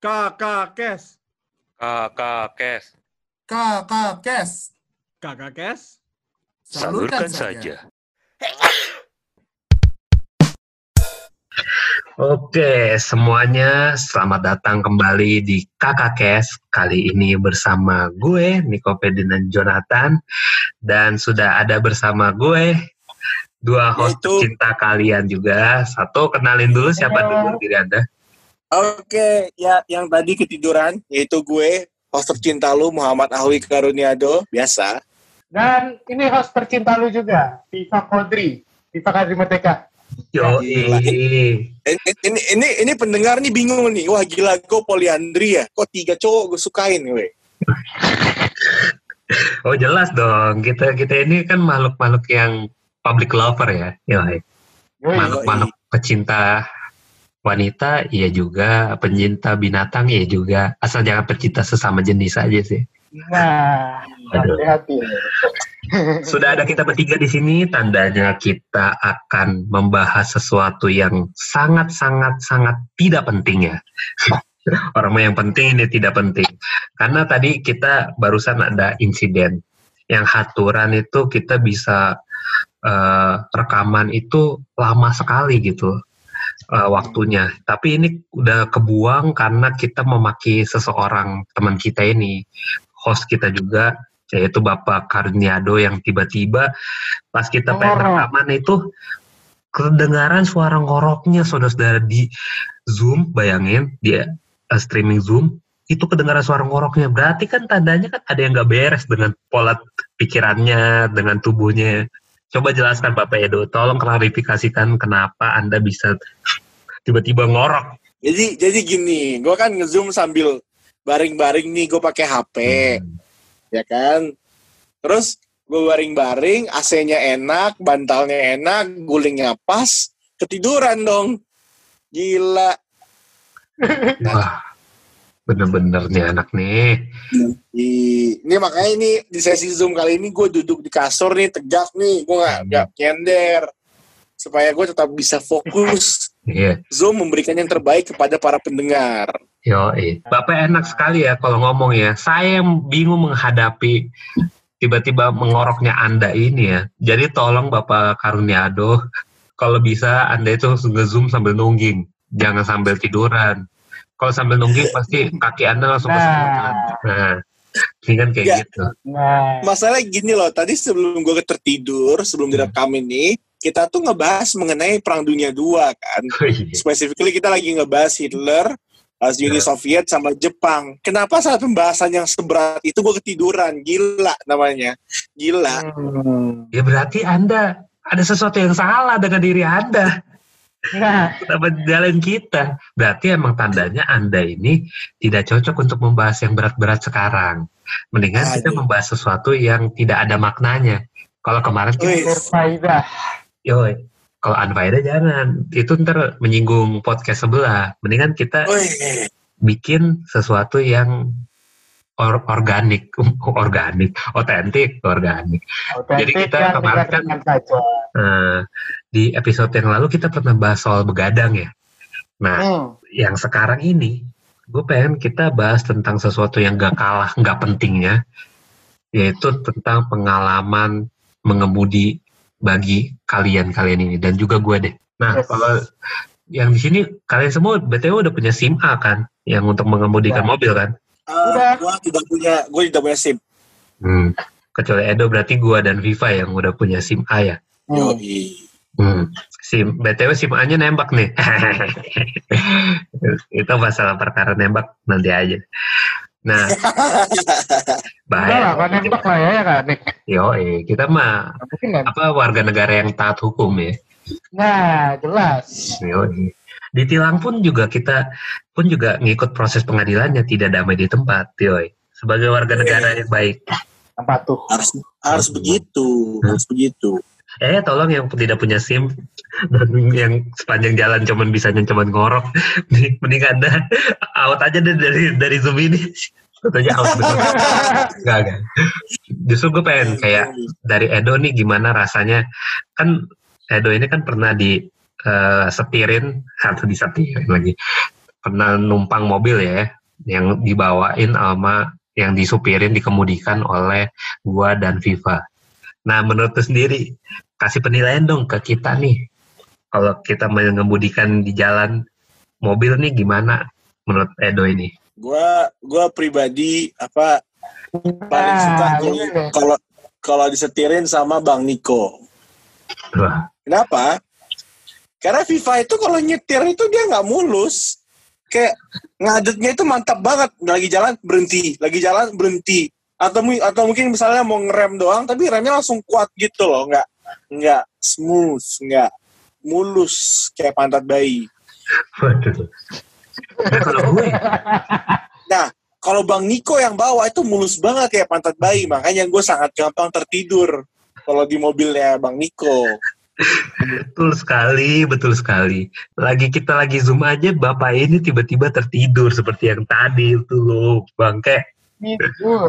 Kakak Kes. Kakak Kes. Kakak Kes. Kakak Kes. Salurkan saja. Oke, semuanya selamat datang kembali di Kakak Kes. Kali ini bersama gue, Niko Ferdinand Jonathan. Dan sudah ada bersama gue dua host cinta kalian juga. Satu, kenalin dulu siapa dulu diri Anda. Oke, ya yang tadi ketiduran, yaitu gue, host tercinta lu Muhammad Ahwi Karuniado, biasa. Dan ini host tercinta lu juga, Viva Kodri Merdeka. Yo, ini pendengar nih bingung nih. Wah gila, gue poliandri ya. Kok 3 cowok gue sukain gue. Oh jelas dong. Kita ini kan makhluk-makhluk yang public lover ya. Yo, makhluk-makhluk pecinta wanita, iya juga. Pencinta binatang, iya juga. Asal jangan pecinta sesama jenis aja sih. Nah, hati-hati. Sudah ada kita bertiga di sini, tandanya kita akan membahas sesuatu yang sangat tidak penting ya. Orang yang penting ini tidak penting. Karena tadi kita barusan ada insiden yang haturan itu kita bisa rekaman itu lama sekali gitu waktunya. Tapi ini udah kebuang karena kita memaki seseorang teman kita ini, host kita juga, yaitu Bapak Karuniado yang tiba-tiba pas kita pengen rekaman itu kedengaran suara ngoroknya saudara-saudara di Zoom. Bayangin dia streaming Zoom itu kedengaran suara ngoroknya, berarti kan tandanya kan ada yang nggak beres dengan pola pikirannya, dengan tubuhnya. Coba jelaskan Bapak Edo, tolong klarifikasikan kenapa Anda bisa tiba-tiba ngorok. Jadi gini, gue kan nge-zoom sambil baring-baring nih, gue pakai HP. Ya kan, terus gue baring-baring, AC-nya enak, bantalnya enak, gulingnya pas, ketiduran dong, gila. Wah, bener-bener nih anak nih. Ini makanya ini di sesi Zoom kali ini gue duduk di kasur nih, tegak nih, gue nggak nyender, supaya gue tetap bisa fokus. Zoom memberikan yang terbaik kepada para pendengar. Bapak enak sekali ya kalau ngomong ya. Saya yang bingung menghadapi tiba-tiba mengoroknya Anda ini ya. Jadi tolong Bapak Karuniado, kalau bisa Anda itu nge-zoom sambil nungging, jangan sambil tiduran. Kalau sambil nungging pasti kaki Anda langsung kesemutan. Nah, ini kan kayak gitu. Masalah gini loh, tadi sebelum gue tertidur, sebelum direkam ini, kita tuh ngebahas mengenai Perang Dunia II kan. Specifically kita lagi ngebahas Hitler, Uni Soviet sama Jepang. Kenapa saat pembahasan yang seberat itu gue ketiduran? Gila namanya. Gila. Ya berarti Anda ada sesuatu yang salah dengan diri Anda. Kenapa jalan kita? Berarti emang tandanya Anda ini tidak cocok untuk membahas yang berat-berat sekarang. Mendingan kita membahas sesuatu yang tidak ada maknanya. Kalau kemarin kita kalau unfaedah jangan, itu ntar menyinggung podcast sebelah. Mendingan kita bikin sesuatu yang organik, otentik. Jadi kita kemarin kan di episode yang lalu kita pernah bahas soal begadang ya. Nah, yang sekarang ini gue pengen kita bahas tentang sesuatu yang gak kalah, gak pentingnya, yaitu tentang pengalaman mengemudi bagi kalian ini dan juga gue deh. Nah, kalau yang di sini kalian semua BTW udah punya SIM A kan, yang untuk mengemudikan mobil kan? Gue tidak punya SIM. Kecuali Edo, berarti gue dan Viva yang udah punya SIM A ya. SIM BTW SIM A-nya nembak nih. Itu masalah perkara nembak nanti aja. Nah, bahaya. Kan nembak lah ya kan, Nik. Kita mah warga negara yang taat hukum ya. Nah, jelas. Ditilang pun juga kita pun juga ngikut proses pengadilannya, tidak damai di tempat, sebagai warga negara yang baik. Patuh. Harus begitu. Tolong yang tidak punya SIM dan yang sepanjang jalan cuman ngorok, mending Anda out aja deh dari Zoom ini. Tentunya out betul. Enggak. Justru gue pengen kayak dari Edo nih gimana rasanya. Kan Edo ini kan pernah disetirin lagi pernah numpang mobil ya, yang dibawain sama yang disupirin, dikemudikan oleh gua dan Viva. Nah, menurut lu sendiri, kasih penilaian dong ke kita nih. Kalau kita mengemudikan di jalan mobil nih gimana menurut Edo ini? Gua pribadi paling suka kalau disetirin sama Bang Niko. Wah. Kenapa? Karena Viva itu kalau nyetir itu dia nggak mulus. Kayak ngadetnya itu mantap banget. Lagi jalan berhenti. Atau mungkin misalnya mau ngerem doang, tapi remnya langsung kuat gitu loh. Nggak smooth, nggak mulus kayak pantat bayi. Waduh. Nah, kalau gue, Nah, kalau Bang Niko yang bawa itu mulus banget kayak pantat bayi. Makanya gue sangat gampang tertidur kalau di mobilnya Bang Niko. betul sekali. Kita lagi zoom aja, bapak ini tiba-tiba tertidur seperti yang tadi itu loh, bangke. Tidur.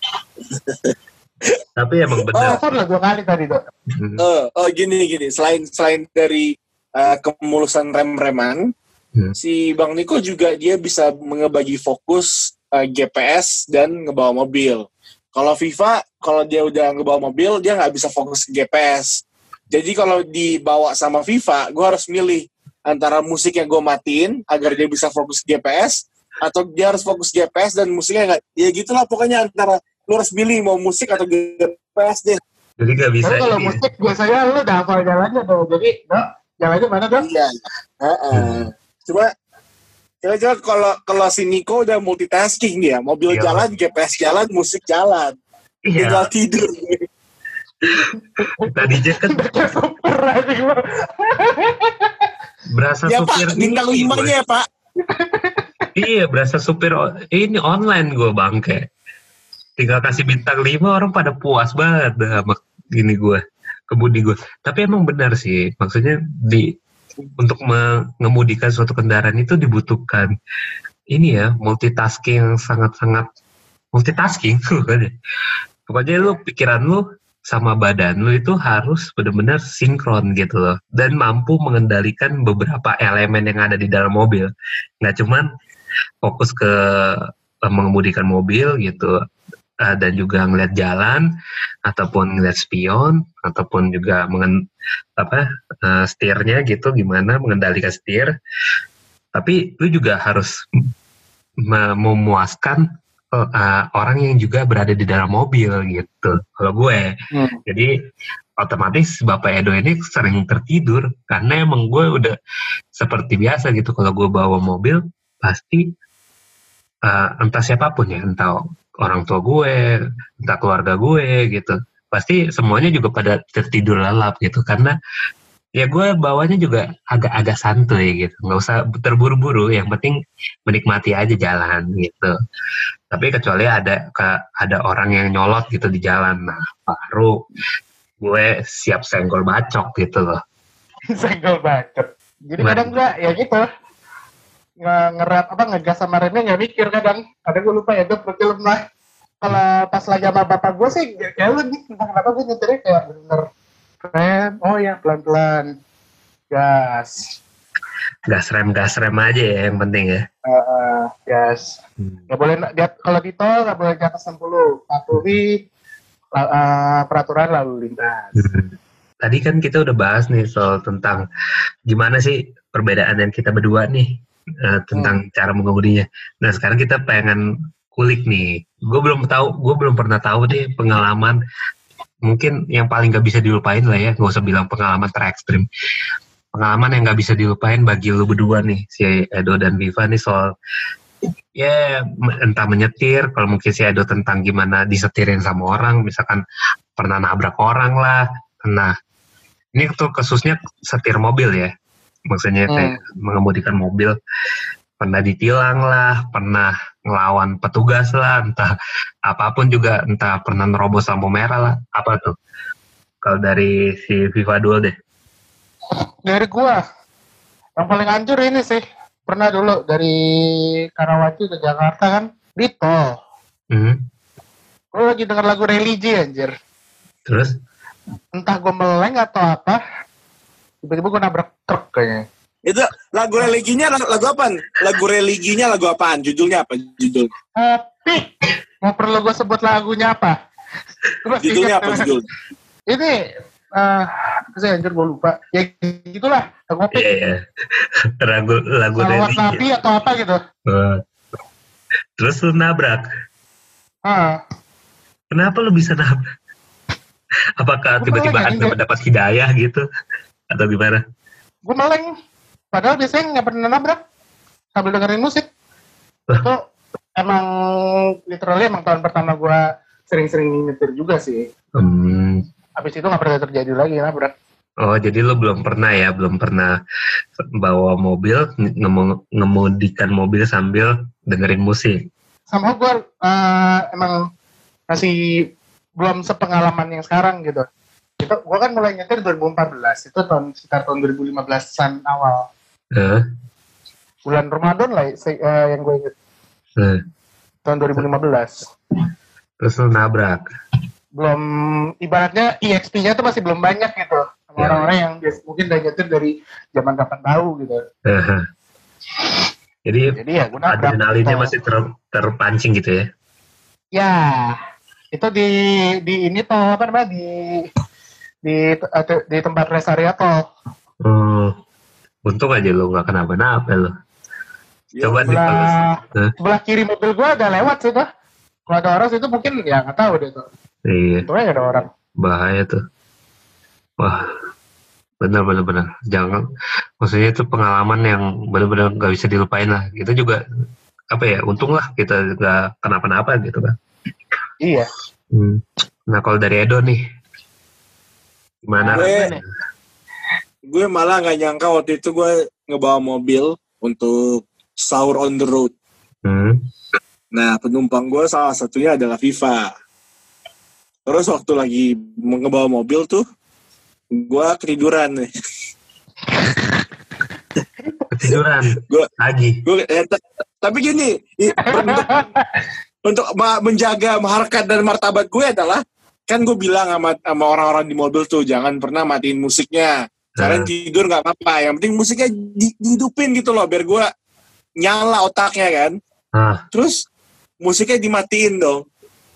Tapi emang benar. Kan lah 2 kali tadi, Dok. Gini. Selain dari kemulusan rem-reman, si Bang Niko juga dia bisa ngebagi fokus GPS dan ngebawa mobil. Kalau Viva, kalau dia udah ngebawa mobil, dia nggak bisa fokus ke GPS. Jadi kalau dibawa sama Viva, gue harus milih antara musik yang gue matiin agar dia bisa fokus GPS, atau dia harus fokus GPS dan musiknya nggak. Ya gitulah pokoknya, antara lu harus milih mau musik atau GPS deh. Jadi nggak bisa. Tapi kalau musik biasanya lu udah hafal jalannya tuh. Jadi, Dok, jalannya mana, Dok? Iya. Coba kalau si Niko udah multitasking dia, mobil jalan, GPS jalan, musik jalan, tinggal tidur. Tadinya kan Super lagi lo. berasa Ya supir Pak, bintang 5-nya ya Pak. Iya, berasa supir ini online gue bangke. Tinggal kasih bintang 5, orang pada puas banget sama gini gue, kemudi gue. Tapi emang benar sih, maksudnya untuk mengemudikan suatu kendaraan itu dibutuhkan ini ya, multitasking, sangat-sangat multitasking. Pokoknya lu, pikiran lu sama badan lu itu harus benar-benar sinkron gitu loh, dan mampu mengendalikan beberapa elemen yang ada di dalam mobil. Nggak cuman fokus ke mengemudikan mobil gitu, dan juga ngeliat jalan ataupun ngeliat spion ataupun juga setirnya gitu, gimana mengendalikan setir. Tapi lu juga harus memuaskan orang yang juga berada di dalam mobil gitu. Kalau gue, jadi otomatis Bapak Edo ini sering tertidur karena emang gue udah seperti biasa gitu. Kalau gue bawa mobil pasti entah siapapun ya, entah orang tua gue, entah keluarga gue gitu, pasti semuanya juga pada tertidur lelap gitu, karena ya gue bawanya juga agak-agak santuy gitu, nggak usah terburu-buru, yang penting menikmati aja jalan gitu. Tapi kecuali ada orang yang nyolot gitu di jalan, nah baru gue siap senggol bacok gitu loh. Senggol bacok. Jadi kadang gue ya gitu, ngegas sama remnya nggak mikir kadang gue lupa ya, gue film lah. Kalau pas lagi sama bapak gue sih kayak lu nih, entah kenapa gue nyetirnya kayak bener rem, oh ya pelan-pelan, gas rem aja ya yang penting ya. Gas. Nggak boleh kalau di tol nggak boleh di atas 60, patuhi peraturan lalu lintas. Tadi kan kita udah bahas nih soal tentang gimana sih perbedaan yang kita berdua nih tentang cara mengemudinya. Nah sekarang kita pengen kulik nih. Gue belum pernah tahu deh pengalaman mungkin yang paling gak bisa dilupain lah ya. Gak usah bilang pengalaman terekstrim. Pengalaman yang gak bisa dilupain bagi lu berdua nih, si Edo dan Viva nih, soal ya entah menyetir, kalau mungkin si Edo tentang gimana disetirin sama orang, misalkan pernah nabrak orang lah. Nah ini tuh khususnya setir mobil ya, maksudnya kayak mengemudikan mobil, pernah ditilang lah, pernah ngelawan petugas lah, entah apapun juga, entah pernah nerobos lampu merah lah, apa tuh? Kalau dari si Viva dulu deh. Dari gua, yang paling hancur ini sih, pernah dulu dari Karawaci ke Jakarta kan, di tol. Gua lagi denger lagu religi anjir. Terus? Entah gua meleng atau apa, tiba-tiba gua nabrak truk kayaknya. Itu lagu religinya lagu apaan? Lagu religinya lagu apaan? Judulnya apa? Judul? Pik, mau perlu gue sebut lagunya apa? Judulnya apa judul? Ini, apa sih anjir gue lupa. Ya gitulah, lagu Pik. Iya. Lagu Salawat religi. Nabi atau apa gitu. Terus lu nabrak. Kenapa lu bisa nabrak? Apakah Gua tiba-tiba meleng, Anda mendapat hidayah gitu? Atau gimana? Gue meleng. Padahal biasanya nggak pernah nabrak sambil dengerin musik. Itu emang literally emang tahun pertama gue sering-sering nyetir juga sih. Habis itu nggak pernah terjadi lagi nabrak. Oh, jadi lo belum pernah bawa mobil, ngemudikan mobil sambil dengerin musik? Sama gue emang masih belum sepengalaman yang sekarang gitu. Gue kan mulai nyetir 2014, itu sekitar tahun 2015-an awal. Bulan Ramadan lah yang gue inget. Tahun 2015. Terus lo nabrak? Belum, ibaratnya EXP-nya tuh masih belum banyak gitu. Sama orang-orang yang mungkin udah nyetir dari zaman kapan tahu gitu. Jadi ya gue nabrak. adrenalinnya masih terpancing gitu ya? Ya, itu di ini tuh apa namanya di tempat rest area tuh. Untung aja lo nggak kenapa-napa lo. Coba deh sebelah kiri mobil gue ada lewat sih tuh. Kalau ada orang situ mungkin ya nggak tahu deh tuh. Iya. Itu aja ada orang. Bahaya tuh. Wah, benar. Jangan, maksudnya itu pengalaman yang benar-benar nggak bisa dilupain lah. Kita juga untung lah kita nggak kenapa-napa gitu kan. Iya. Nah kalau dari Edo nih, gimana? Gue malah nggak nyangka waktu itu gue ngebawa mobil untuk sahur on the road. Nah penumpang gue salah satunya adalah Viva. Terus waktu lagi ngebawa mobil tuh, gue ketiduran nih. Ketiduran? Lagi? Tapi gini, untuk menjaga harkat dan martabat gue adalah, kan gue bilang sama orang-orang di mobil tuh, jangan pernah matiin musiknya. Kalian tidur gak apa-apa, yang penting musiknya dihidupin gitu loh, biar gue nyala otaknya kan. Terus musiknya dimatiin dong.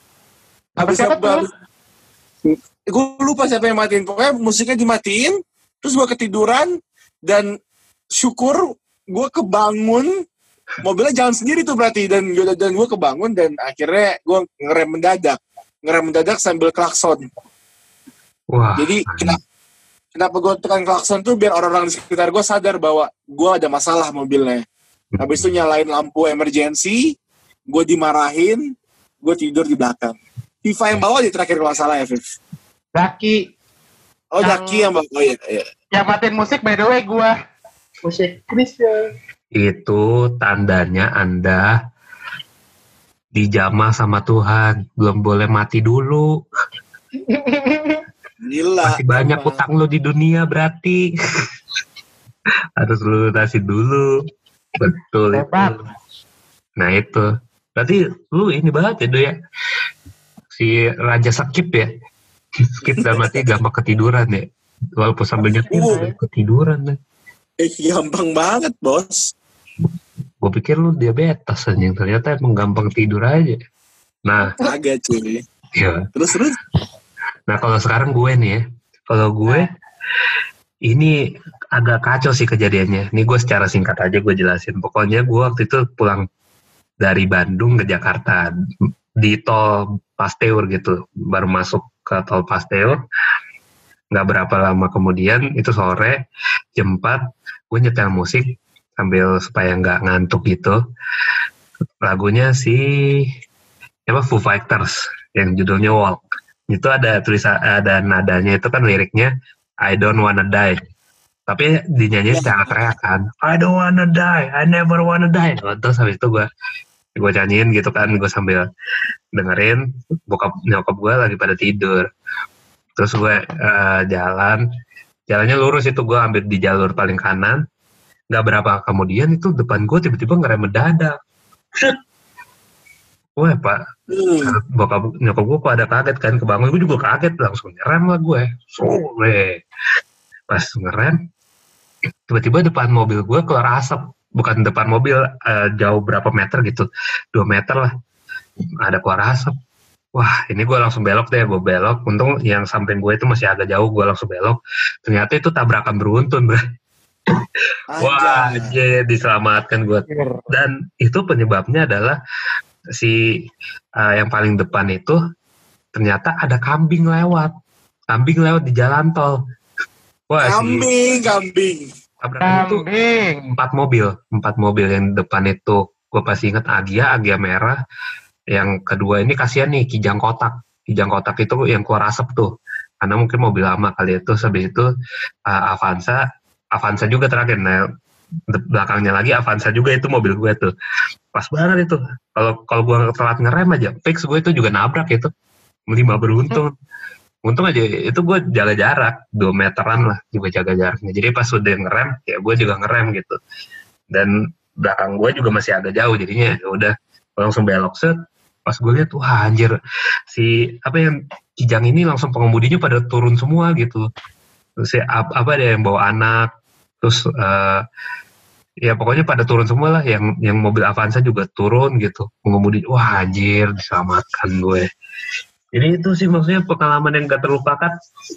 Gue lupa siapa yang matiin, pokoknya musiknya dimatiin, terus gue ketiduran, dan syukur gue kebangun, mobilnya jalan sendiri tuh berarti, dan gue kebangun, dan akhirnya gue ngerem mendadak sambil klakson. Wah. Jadi kenapa gue tekan klakson tuh biar orang-orang di sekitar gue sadar bahwa gue ada masalah mobilnya. Habis itu nyalain lampu emergency, gue dimarahin, gue tidur di belakang. Viva yang bawa di terakhir kalau salah ya, Viv. Daki. Oh, Daki yang bawa. Oh iya. Yang matiin musik by the way gue. Musik Christian. Itu tandanya Anda dijamah sama Tuhan, belum boleh mati dulu. Gila. Masih banyak utang lu di dunia berarti. Harus lu lunasi dulu. Betul Hebat. itu. Nah itu. Berarti lu ini banget ya, Do ya. Si Raja Skip ya. Skip dan mati gampang ketiduran ya. Walaupun sambil nyetir ketiduran ya. Gampang banget, Bos. Gue pikir lu diabetes anjing, ternyata emang gampang tidur aja. Nah, agak cuy. Ya. Terus. Nah kalau sekarang gue nih ya, kalau gue ini agak kacau sih kejadiannya. Ini gue secara singkat aja gue jelasin. Pokoknya gue waktu itu pulang dari Bandung ke Jakarta di tol Pasteur gitu, baru masuk ke tol Pasteur. Nggak berapa lama kemudian, itu sore jam 4, gue nyetel musik sambil supaya nggak ngantuk gitu. Lagunya Foo Fighters yang judulnya Walk. Itu ada ada nadanya, itu kan liriknya I don't wanna die. Tapi dinyanyiin secara teriak kan, I don't wanna die, I never wanna die. Terus habis itu gue nyanyiin gitu kan, gue sambil dengerin, nyokap gue lagi pada tidur. Terus gue jalannya lurus, itu gue ambil di jalur paling kanan. Gak berapa kemudian itu depan gue tiba-tiba ngerem mendadak. Gue nyokap gue kok ada kaget kan, kebangun gue juga kaget, langsung ngerem lah gue. Pas ngerem, tiba-tiba depan mobil gue keluar asap. Bukan depan mobil, jauh berapa meter gitu, 2 meter lah, ada keluar asap. Wah, ini gue langsung belok deh, gue belok. Untung yang samping gue itu masih agak jauh, gue langsung belok. Ternyata itu tabrakan beruntun, bro. Wah, Anjay. diselamatkan gue. Dan itu penyebabnya adalah si yang paling depan itu ternyata ada kambing lewat di jalan tol. Wah, Kambing. tabrakan itu Kambing. 4 mobil yang depan itu. Gue pasti inget Agia merah. Yang kedua ini kasihan nih Kijang kotak itu yang keluar asap tuh, karena mungkin mobil lama kali itu. Habis itu Avanza juga terakhir. Nah, belakangnya lagi Avanza juga, itu mobil gue tuh. Pas banget itu. Kalau gue telat ngerem aja, fix gue itu juga nabrak itu. 5 beruntun. Untung aja itu gue jaga jarak 2 meteran lah, juga jaga jaraknya. Jadi pas udah ngerem, ya gue juga ngerem gitu. Dan belakang gue juga masih agak jauh, jadinya ya udah langsung belok set. Pas gue lihat, wah anjir, si yang Kijang ini langsung pengemudinya pada turun semua gitu. Terus ada yang bawa anak, terus ya pokoknya pada turun semua lah. Yang mobil Avanza juga turun gitu, pengemudi. Wah anjir, diselamatkan gue. Jadi itu sih maksudnya pengalaman yang gak terlupakan.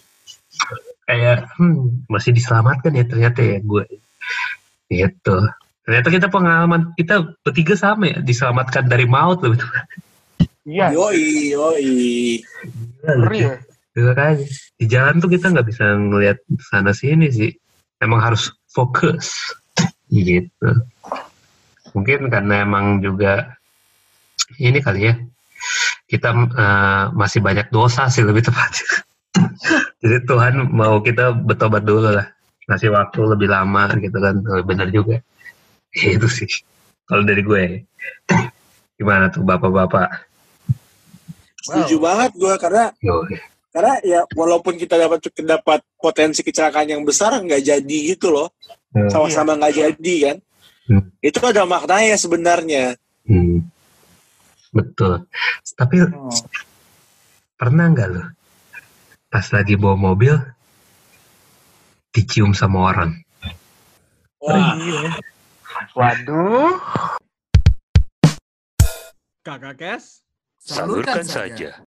Kayak masih diselamatkan ya ternyata ya gue. Gitu. Ternyata pengalaman kita bertiga sama ya, diselamatkan dari maut loh. Iya. Yoi. Ngeri ya. Juga kan di jalan tuh kita nggak bisa ngelihat sana sini sih. Emang harus fokus. Gitu. Mungkin karena emang juga ini kali ya, kita masih banyak dosa sih lebih tepatnya. Jadi Tuhan mau kita bertobat dulu lah, ngasih waktu lebih lama gitu kan. Benar juga. Itu sih kalau dari gue. Gimana tuh bapak-bapak? Setuju banget gue, karena ya walaupun kita dapat potensi kecelakaan yang besar, nggak jadi gitu loh. Sama-sama nggak jadi kan. Itu ada maknanya sebenarnya. Betul. Tapi pernah nggak lo pas lagi bawa mobil dicium sama orang? Wah. Waduh. Kakak Kes. Salurkan saja.